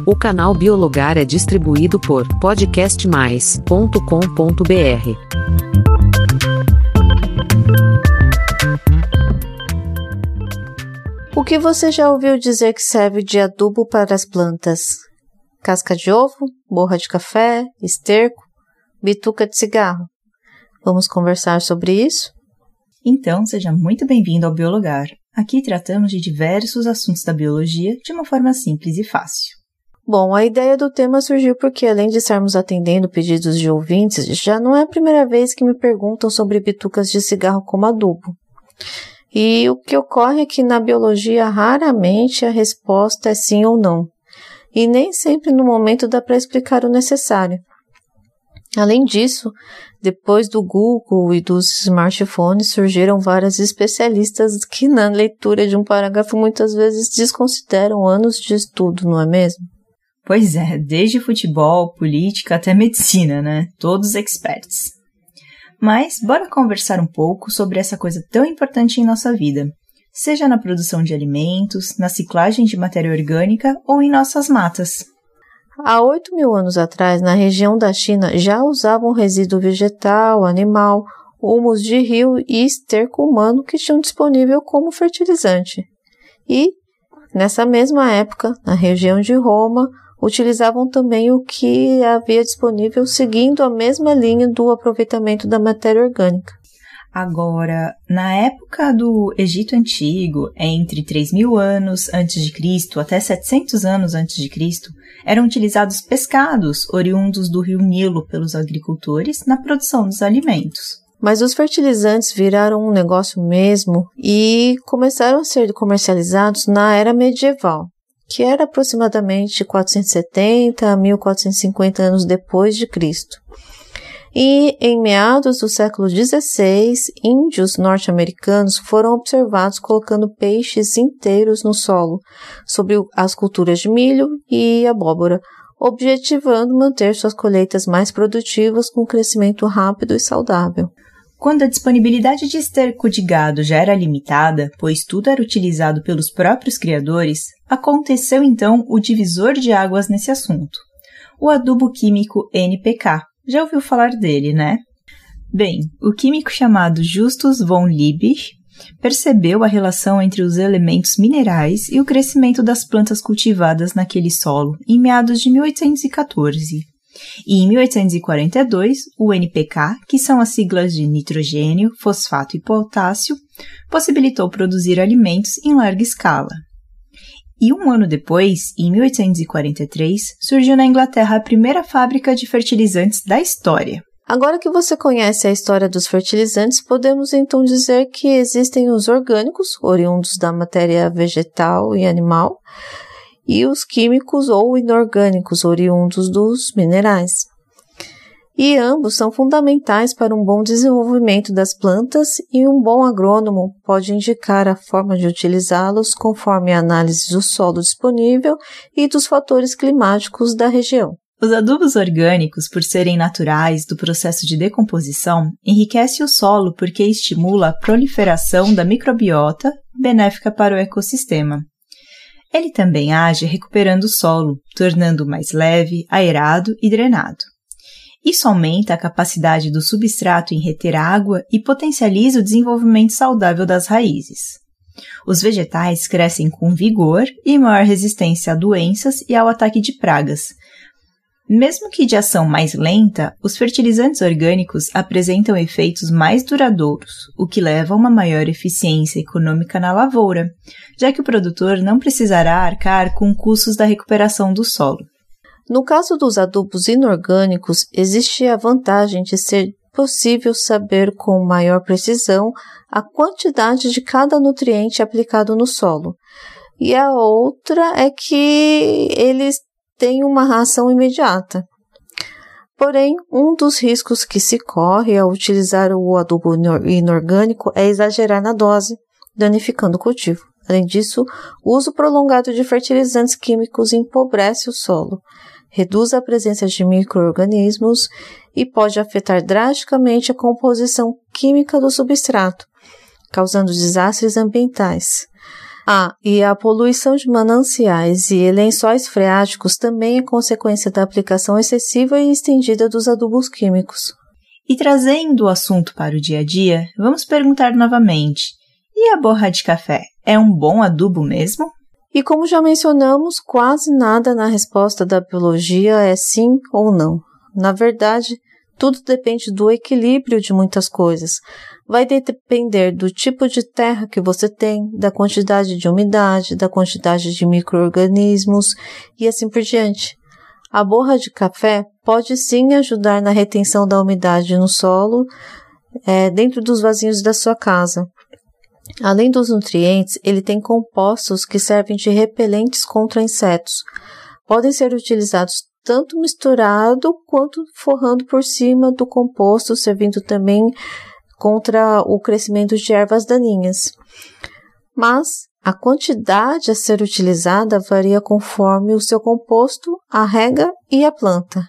O canal Biologar é distribuído por podcastmais.com.br. O que você já ouviu dizer que serve de adubo para as plantas? Casca de ovo, borra de café, esterco, bituca de cigarro. Vamos conversar sobre isso? Então, seja muito bem-vindo ao Biologar. Aqui tratamos de diversos assuntos da biologia de uma forma simples e fácil. Bom, a ideia do tema surgiu porque, além de estarmos atendendo pedidos de ouvintes, já não é a primeira vez que me perguntam sobre bitucas de cigarro como adubo. E o que ocorre é que na biologia raramente a resposta é sim ou não. E nem sempre no momento dá para explicar o necessário. Além disso, depois do Google e dos smartphones surgiram vários especialistas que na leitura de um parágrafo muitas vezes desconsideram anos de estudo, não é mesmo? Pois é, desde futebol, política até medicina, né? Todos experts. Mas bora conversar um pouco sobre essa coisa tão importante em nossa vida, seja na produção de alimentos, na ciclagem de matéria orgânica ou em nossas matas. Há 8.000 anos atrás, na região da China, já usavam resíduo vegetal, animal, humus de rio e esterco humano que tinham disponível como fertilizante. E, nessa mesma época, na região de Roma, utilizavam também o que havia disponível seguindo a mesma linha do aproveitamento da matéria orgânica. Agora, na época do Egito Antigo, entre 3.000 anos a.C. até 700 anos a.C., eram utilizados pescados oriundos do rio Nilo pelos agricultores na produção dos alimentos. Mas os fertilizantes viraram um negócio mesmo e começaram a ser comercializados na era medieval, que era aproximadamente 470 a 1450 anos depois de Cristo. E, em meados do século XVI, índios norte-americanos foram observados colocando peixes inteiros no solo, sobre as culturas de milho e abóbora, objetivando manter suas colheitas mais produtivas com crescimento rápido e saudável. Quando a disponibilidade de esterco de gado já era limitada, pois tudo era utilizado pelos próprios criadores, aconteceu então o divisor de águas nesse assunto, o adubo químico NPK. Já ouviu falar dele, né? Bem, o químico chamado Justus von Liebig percebeu a relação entre os elementos minerais e o crescimento das plantas cultivadas naquele solo em meados de 1814. E em 1842, o NPK, que são as siglas de nitrogênio, fosfato e potássio, possibilitou produzir alimentos em larga escala. E um ano depois, em 1843, surgiu na Inglaterra a primeira fábrica de fertilizantes da história. Agora que você conhece a história dos fertilizantes, podemos então dizer que existem os orgânicos, oriundos da matéria vegetal e animal, e os químicos ou inorgânicos, oriundos dos minerais. E ambos são fundamentais para um bom desenvolvimento das plantas e um bom agrônomo pode indicar a forma de utilizá-los conforme a análise do solo disponível e dos fatores climáticos da região. Os adubos orgânicos, por serem naturais do processo de decomposição, enriquecem o solo porque estimula a proliferação da microbiota benéfica para o ecossistema. Ele também age recuperando o solo, tornando-o mais leve, aerado e drenado. Isso aumenta a capacidade do substrato em reter água e potencializa o desenvolvimento saudável das raízes. Os vegetais crescem com vigor e maior resistência a doenças e ao ataque de pragas. Mesmo que de ação mais lenta, os fertilizantes orgânicos apresentam efeitos mais duradouros, o que leva a uma maior eficiência econômica na lavoura, já que o produtor não precisará arcar com custos da recuperação do solo. No caso dos adubos inorgânicos, existe a vantagem de ser possível saber com maior precisão a quantidade de cada nutriente aplicado no solo. E a outra é que eles têm uma ação imediata. Porém, um dos riscos que se corre ao utilizar o adubo inorgânico é exagerar na dose, danificando o cultivo. Além disso, o uso prolongado de fertilizantes químicos empobrece o solo, reduz a presença de micro-organismos e pode afetar drasticamente a composição química do substrato, causando desastres ambientais. E a poluição de mananciais e lençóis freáticos também é consequência da aplicação excessiva e estendida dos adubos químicos. E trazendo o assunto para o dia a dia, vamos perguntar novamente: e a borra de café é um bom adubo mesmo? E como já mencionamos, quase nada na resposta da biologia é sim ou não. Na verdade, tudo depende do equilíbrio de muitas coisas. Vai depender do tipo de terra que você tem, da quantidade de umidade, da quantidade de micro-organismos e assim por diante. A borra de café pode sim ajudar na retenção da umidade no solo, dentro dos vasinhos da sua casa. Além dos nutrientes, ele tem compostos que servem de repelentes contra insetos. Podem ser utilizados tanto misturado quanto forrando por cima do composto, servindo também contra o crescimento de ervas daninhas. Mas a quantidade a ser utilizada varia conforme o seu composto, a rega e a planta.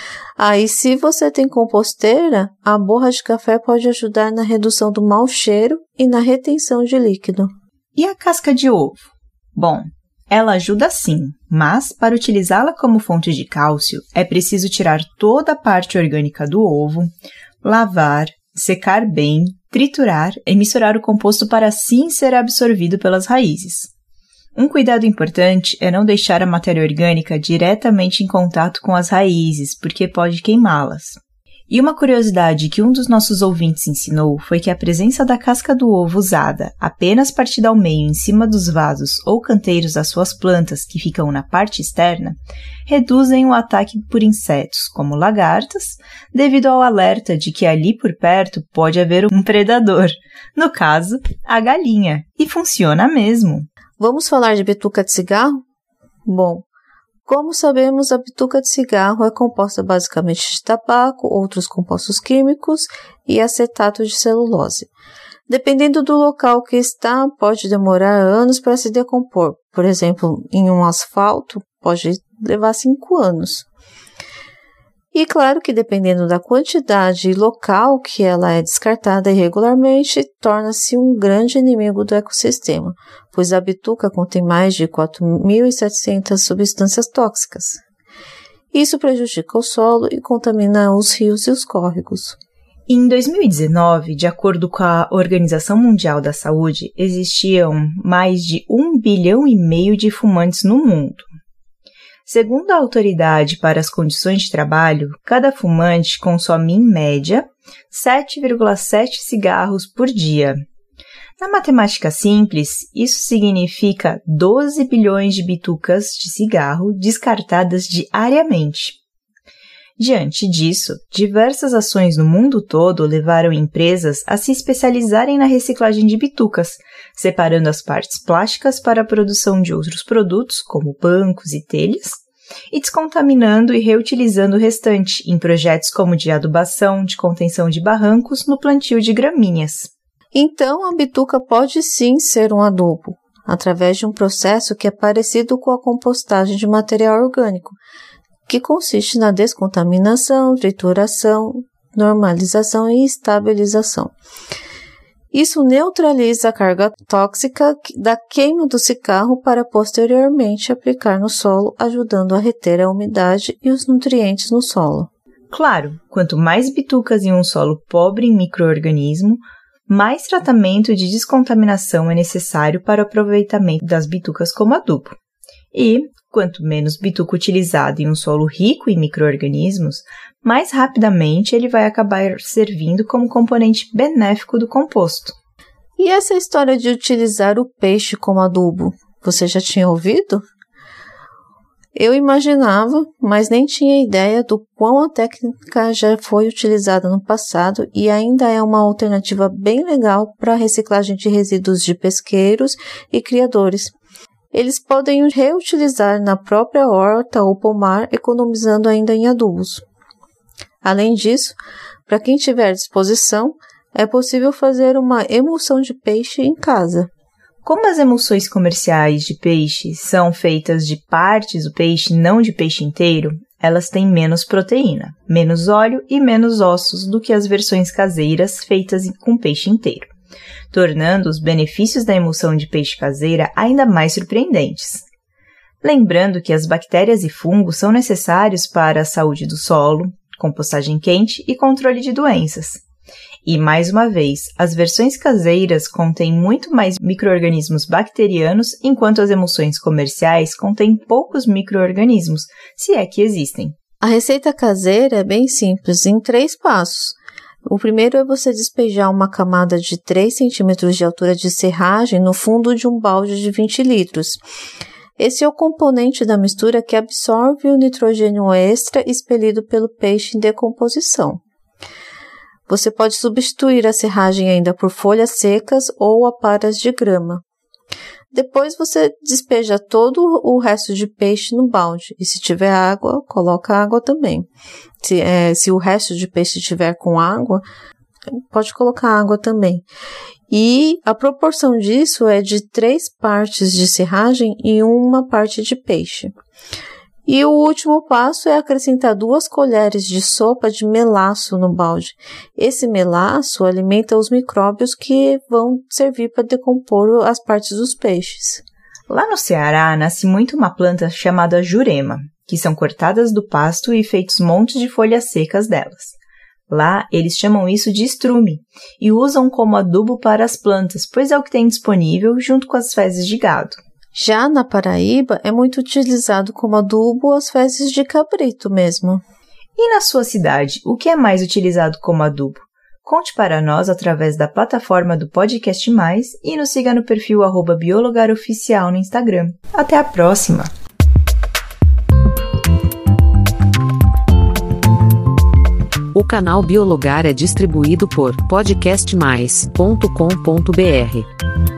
E se você tem composteira, a borra de café pode ajudar na redução do mau cheiro e na retenção de líquido. E a casca de ovo? Bom, ela ajuda sim, mas para utilizá-la como fonte de cálcio, é preciso tirar toda a parte orgânica do ovo, lavar, secar bem, triturar e misturar o composto para assim ser absorvido pelas raízes. Um cuidado importante é não deixar a matéria orgânica diretamente em contato com as raízes, porque pode queimá-las. E uma curiosidade que um dos nossos ouvintes ensinou foi que a presença da casca do ovo usada apenas partida ao meio em cima dos vasos ou canteiros das suas plantas que ficam na parte externa reduzem o ataque por insetos, como lagartas, devido ao alerta de que ali por perto pode haver um predador, no caso, a galinha, e funciona mesmo. Vamos falar de bituca de cigarro? Bom, como sabemos, a bituca de cigarro é composta basicamente de tabaco, outros compostos químicos e acetato de celulose. Dependendo do local que está, pode demorar anos para se decompor. Por exemplo, em um asfalto, pode levar 5 anos. E claro que dependendo da quantidade e local que ela é descartada irregularmente, torna-se um grande inimigo do ecossistema, pois a bituca contém mais de 4.700 substâncias tóxicas. Isso prejudica o solo e contamina os rios e os córregos. Em 2019, de acordo com a Organização Mundial da Saúde, existiam mais de 1,5 bilhão de fumantes no mundo. Segundo a Autoridade para as Condições de Trabalho, cada fumante consome, em média, 7,7 cigarros por dia. Na matemática simples, isso significa 12 bilhões de bitucas de cigarro descartadas diariamente. Diante disso, diversas ações no mundo todo levaram empresas a se especializarem na reciclagem de bitucas, separando as partes plásticas para a produção de outros produtos, como bancos e telhas, e descontaminando e reutilizando o restante em projetos como de adubação, de contenção de barrancos no plantio de gramíneas. Então, a bituca pode sim ser um adubo, através de um processo que é parecido com a compostagem de material orgânico, que consiste na descontaminação, trituração, normalização e estabilização. Isso neutraliza a carga tóxica da queima do cigarro para posteriormente aplicar no solo, ajudando a reter a umidade e os nutrientes no solo. Claro, quanto mais bitucas em um solo pobre em micro-organismo, mais tratamento de descontaminação é necessário para o aproveitamento das bitucas como adubo. E, quanto menos bituca utilizado em um solo rico em micro-organismos, mais rapidamente ele vai acabar servindo como componente benéfico do composto. E essa história de utilizar o peixe como adubo, você já tinha ouvido? Eu imaginava, mas nem tinha ideia do quão a técnica já foi utilizada no passado e ainda é uma alternativa bem legal para a reciclagem de resíduos de pesqueiros e criadores. Eles podem reutilizar na própria horta ou pomar, economizando ainda em adubos. Além disso, para quem tiver disposição, é possível fazer uma emulsão de peixe em casa. Como as emulsões comerciais de peixe são feitas de partes do peixe, não de peixe inteiro, elas têm menos proteína, menos óleo e menos ossos do que as versões caseiras feitas com peixe inteiro. tornando os benefícios da emulsão de peixe caseira ainda mais surpreendentes. Lembrando que as bactérias e fungos são necessários para a saúde do solo, compostagem quente e controle de doenças. E, mais uma vez, as versões caseiras contêm muito mais micro-organismos bacterianos, enquanto as emulsões comerciais contêm poucos micro-organismos, se é que existem. A receita caseira é bem simples, em 3 passos. O primeiro é você despejar uma camada de 3 centímetros de altura de serragem no fundo de um balde de 20 litros. Esse é o componente da mistura que absorve o nitrogênio extra expelido pelo peixe em decomposição. Você pode substituir a serragem ainda por folhas secas ou aparas de grama. Depois você despeja todo o resto de peixe no balde. E se tiver água, coloca água também. Se o resto de peixe estiver com água, pode colocar água também. E a proporção disso é de 3 partes de serragem e 1 parte de peixe. E o último passo é acrescentar 2 colheres de sopa de melaço no balde. Esse melaço alimenta os micróbios que vão servir para decompor as partes dos peixes. Lá no Ceará, nasce muito uma planta chamada jurema, que são cortadas do pasto e feitos montes de folhas secas delas. Lá, eles chamam isso de estrume e usam como adubo para as plantas, pois é o que tem disponível junto com as fezes de gado. Já na Paraíba, é muito utilizado como adubo as fezes de cabrito mesmo. E na sua cidade, o que é mais utilizado como adubo? Conte para nós através da plataforma do Podcast Mais e nos siga no perfil @biologaroficial no Instagram. Até a próxima! O canal Biologar é distribuído por podcastmais.com.br.